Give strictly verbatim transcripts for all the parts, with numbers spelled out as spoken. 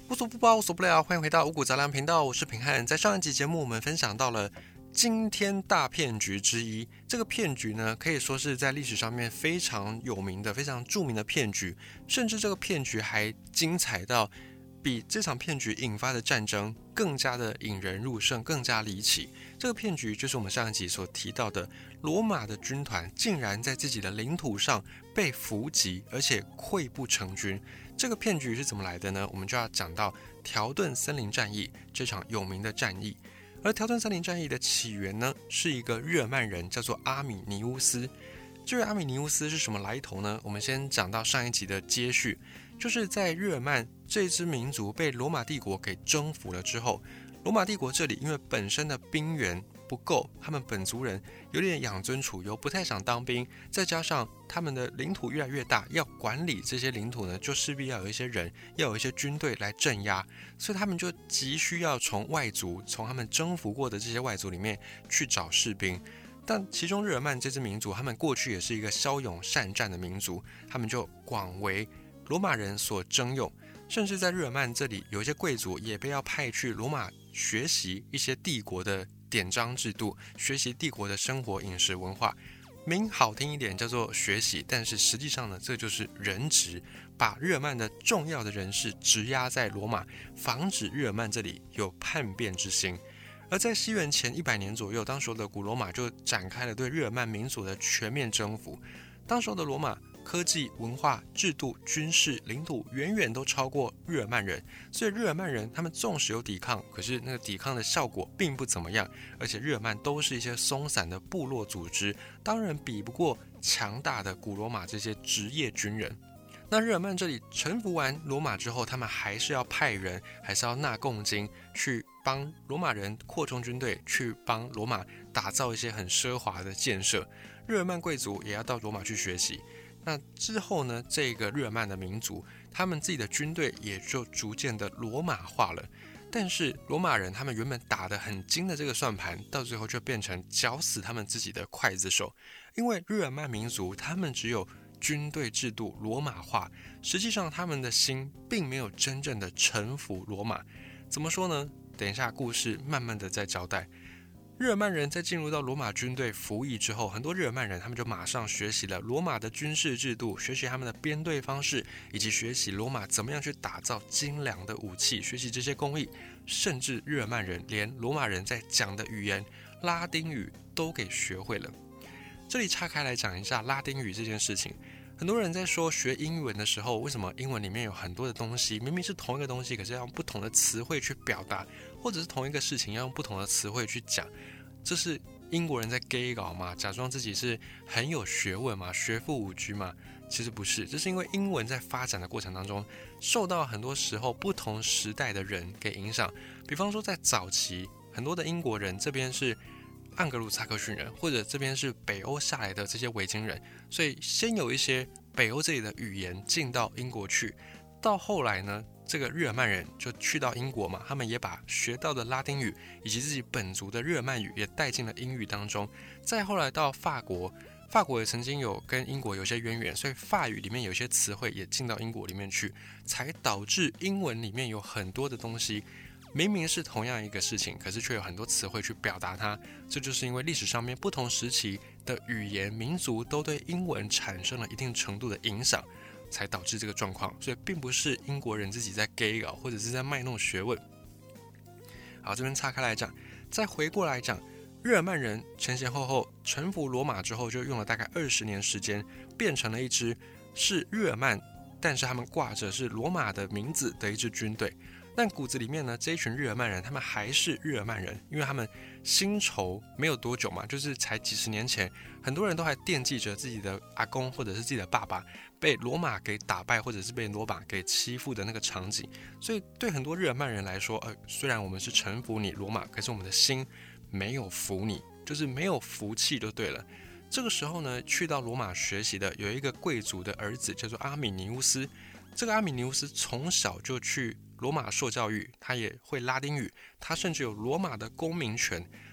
无所不包，无所不聊，欢迎回到五谷杂粮频道，我是平汉。在上一集节目，我们分享到了惊天大骗局之一。这个骗局呢，可以说是在历史上面非常有名的、非常著名的骗局，甚至这个骗局还精彩到比这场骗局引发的战争更加的引人入胜，更加离奇。这个骗局就是我们上一集所提到的，罗马的军团竟然在自己的领土上被伏击，而且溃不成军。这个骗局是怎么来的呢？我们就要讲到条顿森林战役这场有名的战役。而条顿森林战役的起源呢，是一个日耳曼人叫做阿米尼乌斯。至于阿米尼乌斯是什么来头呢？我们先讲到上一集的接续，就是在日耳曼这支民族被罗马帝国给征服了之后，罗马帝国这里因为本身的兵源不够，他们本族人有点养尊处优，不太想当兵，再加上他们的领土越来越大，要管理这些领土呢，就势必要有一些人，要有一些军队来镇压，所以他们就急需要从外族，从他们征服过的这些外族里面去找士兵。但其中日耳曼这支民族，他们过去也是一个骁勇善战的民族，他们就广为罗马人所征用，甚至在日耳曼这里有一些贵族也被要派去罗马学习一些帝国的典章制度，学习帝国的生活饮食文化。名好听一点叫做学习，但是实际上呢，这就是人质，把日耳曼的重要的人士质押在罗马，防止日耳曼这里有叛变之心。而在西元前一百年左右，当时的古罗马就展开了对日耳曼民族的全面征服。当时的罗马科技、文化、制度、军事、领土远远都超过日耳曼人，所以日耳曼人他们纵使有抵抗，可是那个抵抗的效果并不怎么样，而且日耳曼都是一些松散的部落组织，当然比不过强大的古罗马这些职业军人。那日耳曼这里臣服完罗马之后，他们还是要派人，还是要纳贡金，去帮罗马人扩充军队，去帮罗马打造一些很奢华的建设。日耳曼贵族也要到罗马去学习。那之后呢，这个日耳曼的民族，他们自己的军队也就逐渐的罗马化了。但是罗马人他们原本打得很精的这个算盘，到最后就变成绞死他们自己的刽子手。因为日耳曼民族他们只有军队制度罗马化，实际上他们的心并没有真正的臣服罗马。怎么说呢？等一下故事慢慢的再交代。日耳曼人在进入到罗马军队服役之后，很多日耳曼人他们就马上学习了罗马的军事制度，学习他们的编队方式，以及学习罗马怎么样去打造精良的武器，学习这些工艺。甚至日耳曼人连罗马人在讲的语言拉丁语都给学会了。这里岔开来讲一下拉丁语这件事情。很多人在说学英文的时候，为什么英文里面有很多的东西明明是同一个东西，可是要用不同的词汇去表达，或者是同一个事情要用不同的词汇去讲？这是英国人在 gay 搞吗？假装自己是很有学问吗？学富五车吗？其实不是，这是因为英文在发展的过程当中，受到很多时候不同时代的人给影响。比方说在早期，很多的英国人这边是盎格鲁撒克逊人，或者这边是北欧下来的这些维京人，所以先有一些北欧这里的语言进到英国去，到后来呢，这个日耳曼人就去到英国嘛，他们也把学到的拉丁语以及自己本族的日耳曼语也带进了英语当中。再后来到法国，法国也曾经有跟英国有些渊源，所以法语里面有些词汇也进到英国里面去，才导致英文里面有很多的东西明明是同样一个事情，可是却有很多词汇去表达它。这就是因为历史上面不同时期的语言民族都对英文产生了一定程度的影响，才导致这个状况。所以并不是英国人自己在 gay 搞，或者是在卖弄学问。好，这边岔开来讲，再回过来讲，日耳曼人前前后后臣服罗马之后，就用了大概二十年时间，变成了一支是日耳曼，但是他们挂着是罗马的名字的一支军队。但骨子里面呢，这一群日耳曼人他们还是日耳曼人，因为他们新仇没有多久嘛，就是才几十年前，很多人都还惦记着自己的阿公或者是自己的爸爸被罗马给打败，或者是被罗马给欺负的那个场景。所以对很多日耳曼人来说，呃，虽然我们是臣服你罗马，可是我们的心没有服你，就是没有福气就对了。这个时候呢，去到罗马学习的有一个贵族的儿子叫做阿米尼乌斯。这个阿米尼乌斯从小就去罗马受教育，他也会拉丁语，他甚至有罗马的公民权。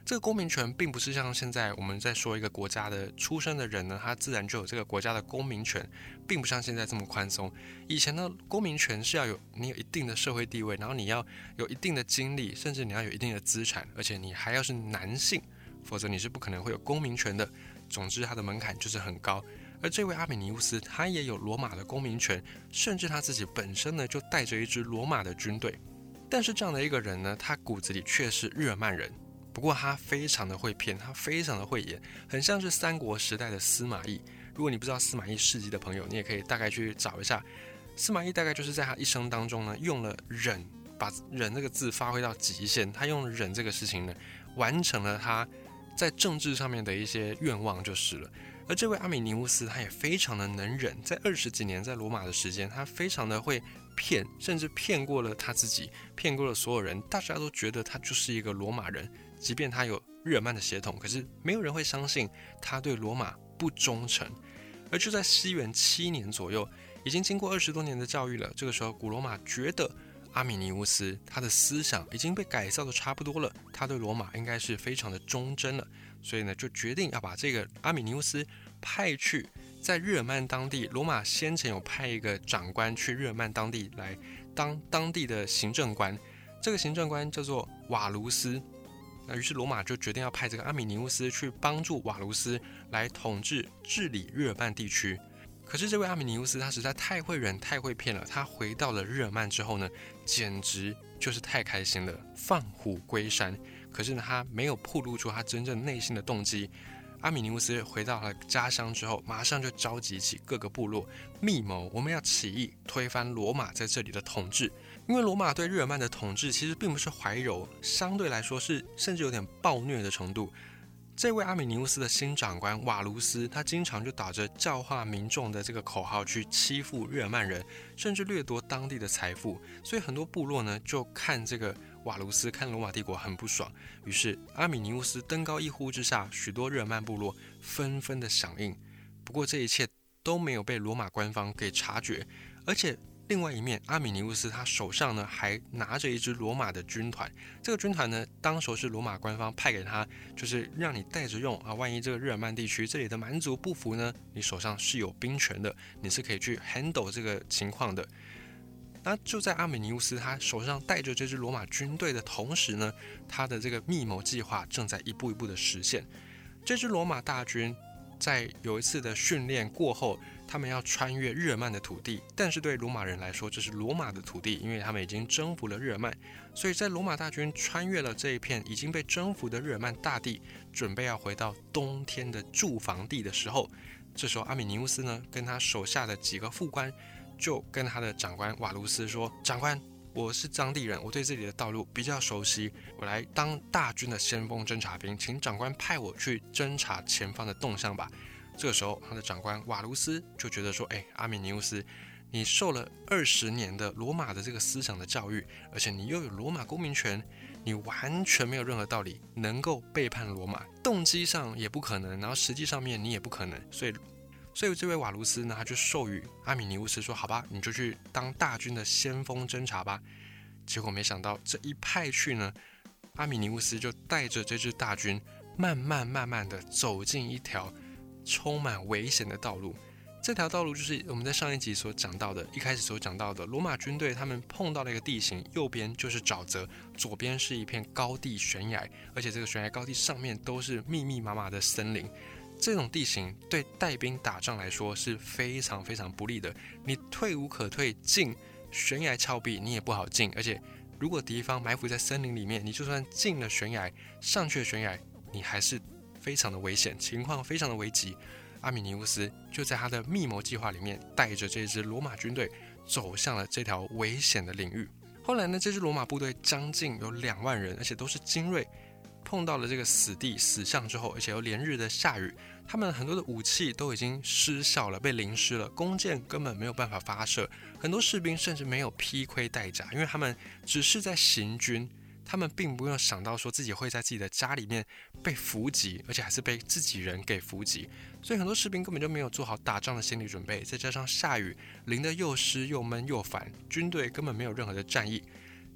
这个公民权并不是像现在我们在说一个国家的出生的人呢，他自然就有这个国家的公民权，并不像现在这么宽松。以前呢，公民权是要有你有一定的社会地位，然后你要有一定的经历，甚至你要有一定的资产，而且你还要是男性，否则你是不可能会有公民权的。总之，它的门槛就是很高。而这位阿米尼乌斯，他也有罗马的公民权，甚至他自己本身呢就带着一支罗马的军队。但是这样的一个人呢，他骨子里却是日耳曼人。不过他非常的会骗，他非常的会演，很像是三国时代的司马懿。如果你不知道司马懿事迹的朋友，你也可以大概去找一下。司马懿大概就是在他一生当中呢，用了忍，把忍这个字发挥到极限。他用忍这个事情呢，完成了他在政治上面的一些愿望就是了。而这位阿米尼乌斯他也非常的能忍，在二十几年在罗马的时间，他非常的会骗，甚至骗过了他自己，骗过了所有人，大家都觉得他就是一个罗马人。即便他有日耳曼的血统，可是没有人会相信他对罗马不忠诚。而就在西元七年左右，已经经过二十多年的教育了，这个时候古罗马觉得阿米尼乌斯他的思想已经被改造的差不多了，他对罗马应该是非常的忠贞了，所以呢就决定要把这个阿米尼乌斯派去在日耳曼当地。罗马先前有派一个长官去日耳曼当地来当当地的行政官，这个行政官叫做瓦卢斯。那于是罗马就决定要派这个阿米尼乌斯去帮助瓦卢斯来统治治理日耳曼地区。可是这位阿米尼乌斯他实在太会忍太会骗了，他回到了日耳曼之后呢，简直就是太开心了，放虎归山。可是呢，他没有暴露出他真正内心的动机。阿米尼乌斯回到了家乡之后，马上就召集起各个部落密谋，我们要起义推翻罗马在这里的统治。因为罗马对日耳曼的统治其实并不是怀柔，相对来说是甚至有点暴虐的程度。这位阿米尼乌斯的新长官瓦卢斯，他经常就打着教化民众的这个口号去欺负日耳曼人，甚至掠夺当地的财富。所以很多部落呢就看这个瓦卢斯，看罗马帝国很不爽。于是阿米尼乌斯登高一呼之下，许多日耳曼部落纷纷的响应。不过这一切都没有被罗马官方给察觉，而且另外一面，阿米尼乌斯他手上呢还拿着一支罗马的军团，这个军团呢，当时是罗马官方派给他，就是让你带着用啊，万一这个日耳曼地区这里的蛮族不服呢，你手上是有兵权的，你是可以去 handle 这个情况的。那就在阿米尼乌斯他手上带着这支罗马军队的同时呢，他的这个密谋计划正在一步一步的实现。这支罗马大军在有一次的训练过后，他们要穿越日耳曼的土地，但是对罗马人来说，这是罗马的土地，因为他们已经征服了日耳曼。所以在罗马大军穿越了这一片已经被征服的日耳曼大地，准备要回到冬天的驻防地的时候，这时候阿米尼乌斯呢，跟他手下的几个副官就跟他的长官瓦卢斯说：长官，我是当地人，我对这里的道路比较熟悉，我来当大军的先锋侦察兵，请长官派我去侦察前方的动向吧。这个时候，他的长官瓦卢斯就觉得说：哎，阿米尼乌斯，你受了二十年的罗马的这个思想的教育，而且你又有罗马公民权，你完全没有任何道理能够背叛罗马，动机上也不可能，然后实际上面你也不可能，所以。所以这位瓦卢斯呢，他就授予阿米尼乌斯说：好吧，你就去当大军的先锋侦察吧。结果没想到这一派去呢，阿米尼乌斯就带着这支大军慢慢慢慢的走进一条充满危险的道路。这条道路就是我们在上一集所讲到的，一开始所讲到的罗马军队他们碰到了一个地形，右边就是沼泽，左边是一片高地悬崖，而且这个悬崖高地上面都是密密麻麻的森林。这种地形对带兵打仗来说是非常非常不利的，你退无可退，进悬崖峭壁你也不好进，而且如果敌方埋伏在森林里面，你就算进了悬崖，上去了悬崖，你还是非常的危险，情况非常的危急。阿米尼乌斯就在他的密谋计划里面，带着这支罗马军队走向了这条危险的领域。后来呢，这支罗马部队将近有两万人，而且都是精锐，碰到了这个死地死巷之后，而且又连日的下雨，他们很多的武器都已经失效了，被淋湿了，弓箭根本没有办法发射，很多士兵甚至没有披盔戴甲，因为他们只是在行军，他们并不用想到说自己会在自己的家里面被伏击，而且还是被自己人给伏击，所以很多士兵根本就没有做好打仗的心理准备，再加上下雨淋得又湿又闷又烦，军队根本没有任何的战意。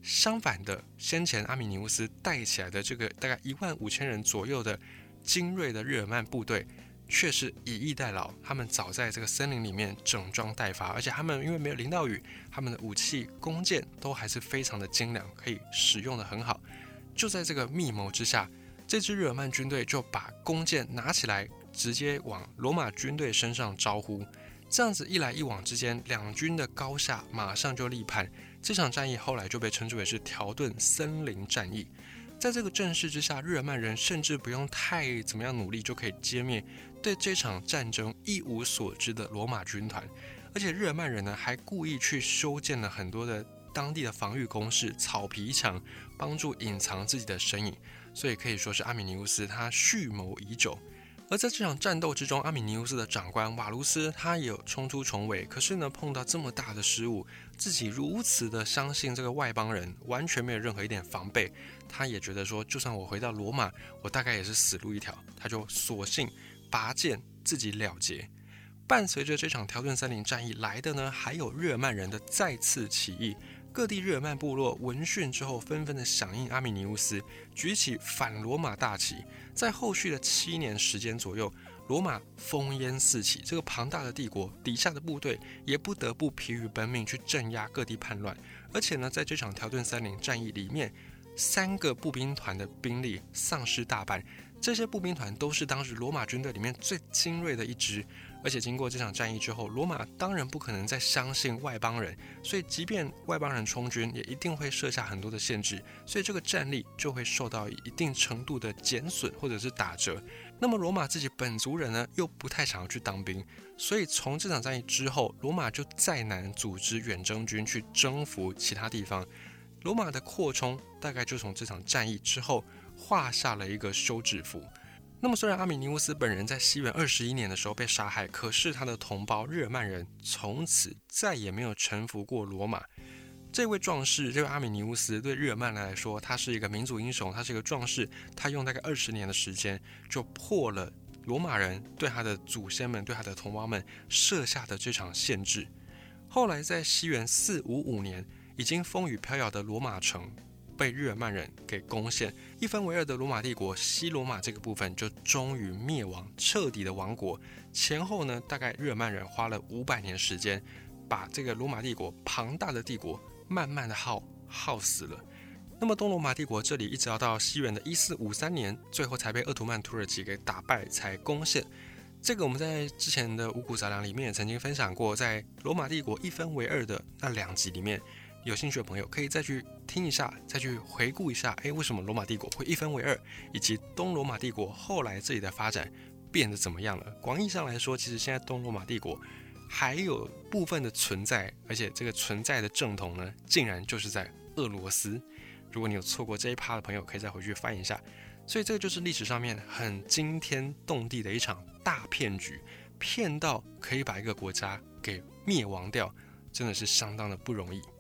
相反的，先前阿米尼乌斯带起来的这个大概一万五千人左右的精锐的日耳曼部队，却是以逸待劳。他们早在这个森林里面整装待发，而且他们因为没有淋到雨，他们的武器、弓箭都还是非常的精良，可以使用的很好。就在这个密谋之下，这支日耳曼军队就把弓箭拿起来，直接往罗马军队身上招呼。这样子一来一往之间，两军的高下马上就立判。这场战役后来就被称之为是条顿森林战役。在这个阵势之下，日耳曼人甚至不用太怎么样努力就可以歼灭对这场战争一无所知的罗马军团。而且日耳曼人呢，还故意去修建了很多的当地的防御工事、草皮墙，帮助隐藏自己的身影。所以可以说是阿米尼乌斯他蓄谋已久。而在这场战斗之中，阿米尼乌斯的长官瓦卢斯他也有冲突重围，可是呢碰到这么大的失误，自己如此的相信这个外邦人，完全没有任何一点防备，他也觉得说，就算我回到罗马，我大概也是死路一条，他就索性拔剑自己了结。伴随着这场条顿森林战役来的呢，还有日耳曼人的再次起义。各地日耳曼部落闻讯之后，纷纷的响应阿米尼乌斯，举起反罗马大旗。在后续的七年时间左右，罗马烽烟四起，这个庞大的帝国底下的部队也不得不疲于奔命去镇压各地叛乱。而且呢，在这场条顿森林战役里面，三个步兵团的兵力丧失大半。这些步兵团都是当时罗马军队里面最精锐的一支，而且经过这场战役之后，罗马当然不可能再相信外邦人，所以即便外邦人充军，也一定会设下很多的限制，所以这个战力就会受到一定程度的减损或者是打折。那么罗马自己本族人呢，又不太想要去当兵，所以从这场战役之后，罗马就再难组织远征军去征服其他地方。罗马的扩充大概就从这场战役之后画下了一个休止符。那么虽然阿米尼乌斯本人在西元二十一年的时候被杀害，可是他的同胞日耳曼人从此再也没有臣服过罗马。这位壮士，这位阿米尼乌斯，对日耳曼来说，他是一个民族英雄，他是一个壮士，他用大概二十年的时间就破了罗马人对他的祖先们、对他的同胞们设下的这场限制。后来在西元四五五年，已经风雨飘摇的罗马城被日耳曼人给攻陷，一分为二的罗马帝国西罗马这个部分就终于灭亡，彻底的亡国。前后呢，大概日耳曼人花了五百年时间，把这个罗马帝国庞大的帝国慢慢的耗耗死了。那么东罗马帝国这里一直要到西元的一四五三年，最后才被鄂图曼土耳其给打败，才攻陷。这个我们在之前的五谷杂粮里面也曾经分享过，在罗马帝国一分为二的那两集里面，有兴趣的朋友可以再去听一下，再去回顾一下，诶，为什么罗马帝国会一分为二，以及东罗马帝国后来这里的发展变得怎么样了。广义上来说，其实现在东罗马帝国还有部分的存在，而且这个存在的正统呢，竟然就是在俄罗斯。如果你有错过这一趴的朋友，可以再回去翻一下。所以这个就是历史上面很惊天动地的一场大骗局，骗到可以把一个国家给灭亡掉，真的是相当的不容易。